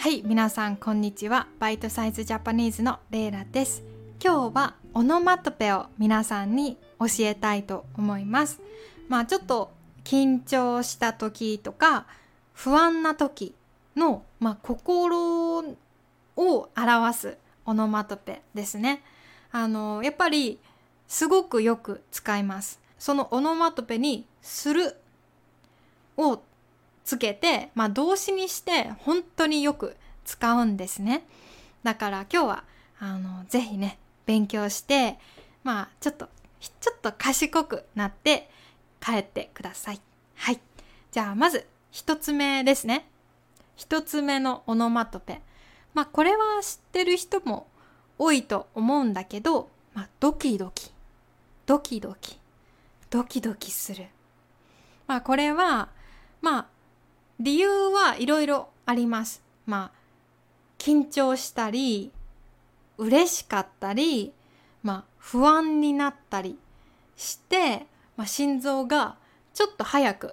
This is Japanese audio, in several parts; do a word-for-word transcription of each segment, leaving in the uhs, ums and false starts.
はい、皆さんこんにちは。バイトサイズジャパニーズのレイラです。今日はオノマトペを皆さんに教えたいと思います。まあちょっと緊張した時とか不安な時の、まあ、心を表すオノマトペですね。あのやっぱりすごくよく使います。そのオノマトペにするをつけて、まあ、動詞にして本当によく使うんですね。だから今日はあのぜひね勉強して、まあちょっとちょっと賢くなって帰ってください。はい。じゃあまず一つ目ですね。一つ目のオノマトペ。まあこれは知ってる人も多いと思うんだけど、まあ、ドキドキドキドキドキドキする。まあこれはまあ理由はいろいろあります。まあ緊張したり嬉しかったり、まあ不安になったりして、まあ、心臓がちょっと速く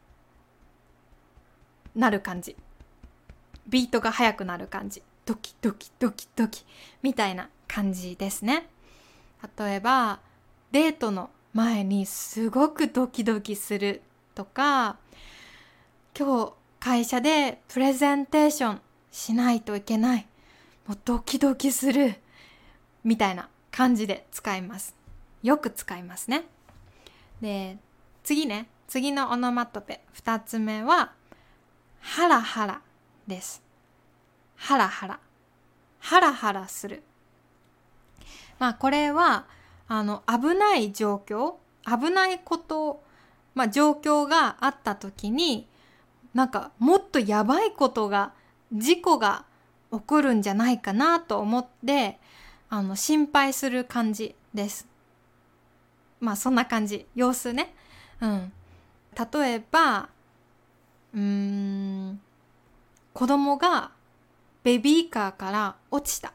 なる感じ、ビートが速くなる感じ、ドキドキドキドキみたいな感じですね。例えばデートの前にすごくドキドキするとか、今日会社でプレゼンテーションしないといけない、もうドキドキするみたいな感じで使います。よく使いますね。で、次ね、次のオノマトペ二つ目はハラハラです。ハラハラハラハラする。まあこれはあの危ない状況、危ないこと、まあ状況があった時に、なんかもっとやばいことが、事故が起こるんじゃないかなと思ってあの心配する感じです。まあそんな感じ、様子ね。うん。例えばうーん子供がベビーカーから落ちた。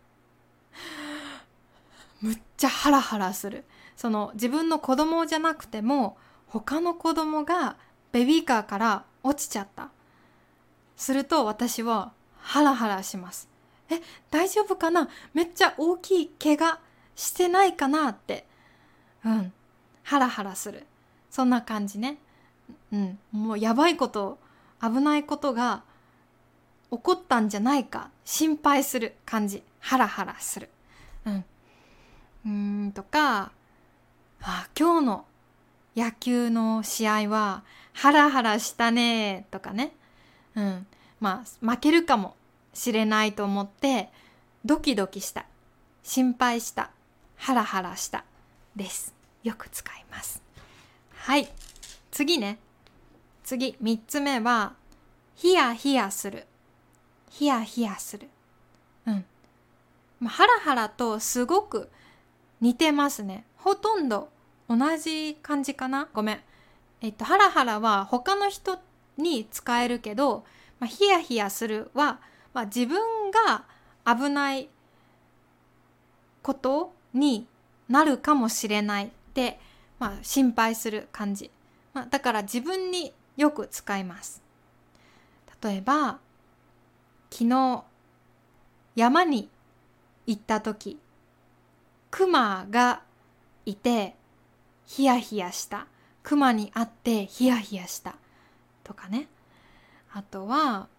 むっちゃハラハラする。その自分の子供じゃなくても他の子供がベビーカーから落ちちゃった。すると私はハラハラします。え、大丈夫かな？めっちゃ大きい怪我してないかなって。うん。ハラハラする。そんな感じね。うん。もうやばいこと、危ないことが起こったんじゃないか心配する感じ。ハラハラする。うん。うーんとか、あ、今日の野球の試合はハラハラしたねとかね。うん。まあ負けるかもしれないと思ってドキドキした、心配した、ハラハラしたです。よく使います。はい。次ね。次三つ目はヒヤヒヤする。ヒヤヒヤする。うん。まあ、ハラハラとすごく似てますね。ほとんど同じ感じかな。ごめん。えっとハラハラは他の人に使えるけど、まあ、ヒヤヒヤするは、まあ、自分が危ないことになるかもしれないって、まあ、心配する感じ、まあ、だから自分によく使います。例えば昨日山に行った時、クマがいてヒヤヒヤした、クマに会ってヒヤヒヤしたとかね。あとは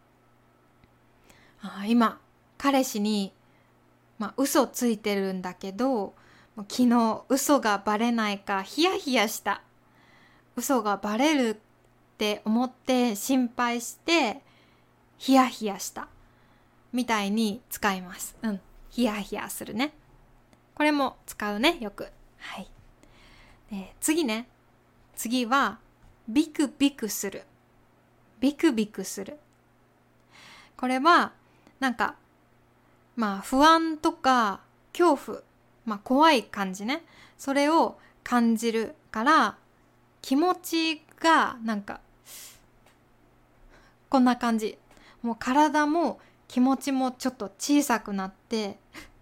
あ、今彼氏に、まあ、嘘ついてるんだけど昨日嘘がバレないかヒヤヒヤした、嘘がバレるって思って心配してヒヤヒヤしたみたいに使います。うん、ヒヤヒヤするね。これも使うね、よく。はい。で、次ね。次はビクビクする。ビクビクする。これはなんかまあ不安とか恐怖、まあ怖い感じね。それを感じるから気持ちがなんかこんな感じ。もう体も気持ちもちょっと小さくなって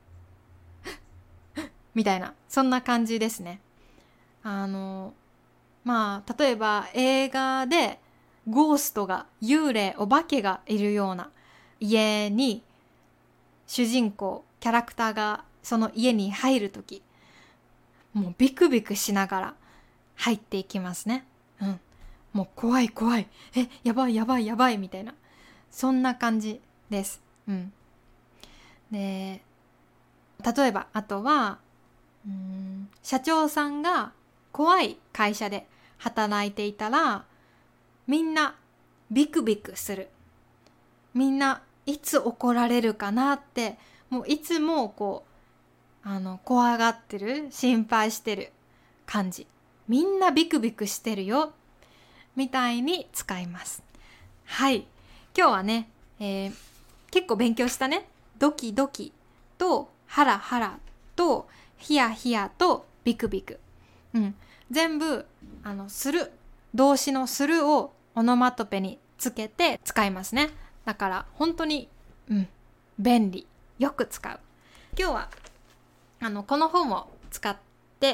みたいな、そんな感じですね。あのまあ例えば映画でゴーストが、幽霊、お化けがいるような家に主人公キャラクターがその家に入るとき、もうビクビクしながら入っていきますね。うん、もう怖い怖い、えやばいやばいやばいみたいな、そんな感じです。うん、で例えばあとはうーん社長さんが怖い会社で働いていたら、みんなビクビクする。みんないつ怒られるかなって、もういつもこうあの怖がってる、心配してる感じ。みんなビクビクしてるよみたいに使います。はい、今日はね、えー、結構勉強したね。ドキドキとハラハラとヒヤヒヤとビクビク、うん、全部あのする、動詞のするをオノマトペにつけて使いますね。だから本当に、うん、便利、よく使う。今日はあのこの本を使って、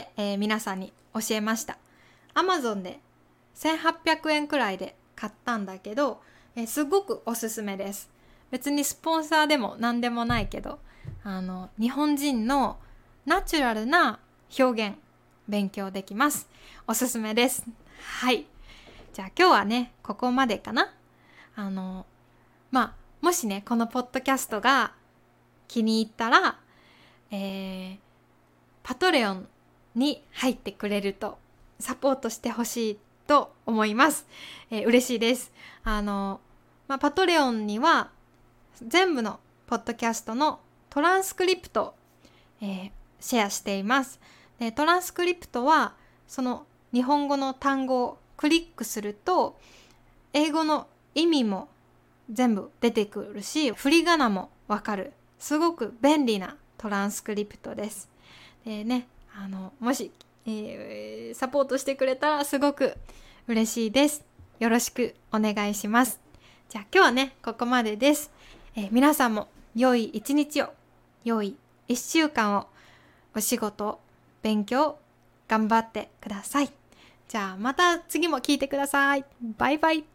えー、皆さんに教えました。 Amazon でせんはっぴゃくえんくらいで買ったんだけど、えー、すごくおすすめです。別にスポンサーでも何でもないけど、あの日本人のナチュラルな表現勉強できます。おすすめです。はい、じゃあ今日はねここまでかな。あのまあもしねこのポッドキャストが気に入ったら、えー、パトレオンに入ってくれるとサポートしてほしいと思います。えー、嬉しいです。あの、まあ、パトレオンには全部のポッドキャストのトランスクリプト、えー、シェアしています。で、トランスクリプトはその日本語の単語をクリックすると英語の意味も全部出てくるし、振り仮名もわかる、すごく便利なトランスクリプトです。でね、あのもし、えー、サポートしてくれたらすごく嬉しいです。よろしくお願いします。じゃあ今日はねここまでです。えー、皆さんも良い一日を、良い一週間を、お仕事、勉強頑張ってください。じゃあまた次も聞いてください。バイバイ。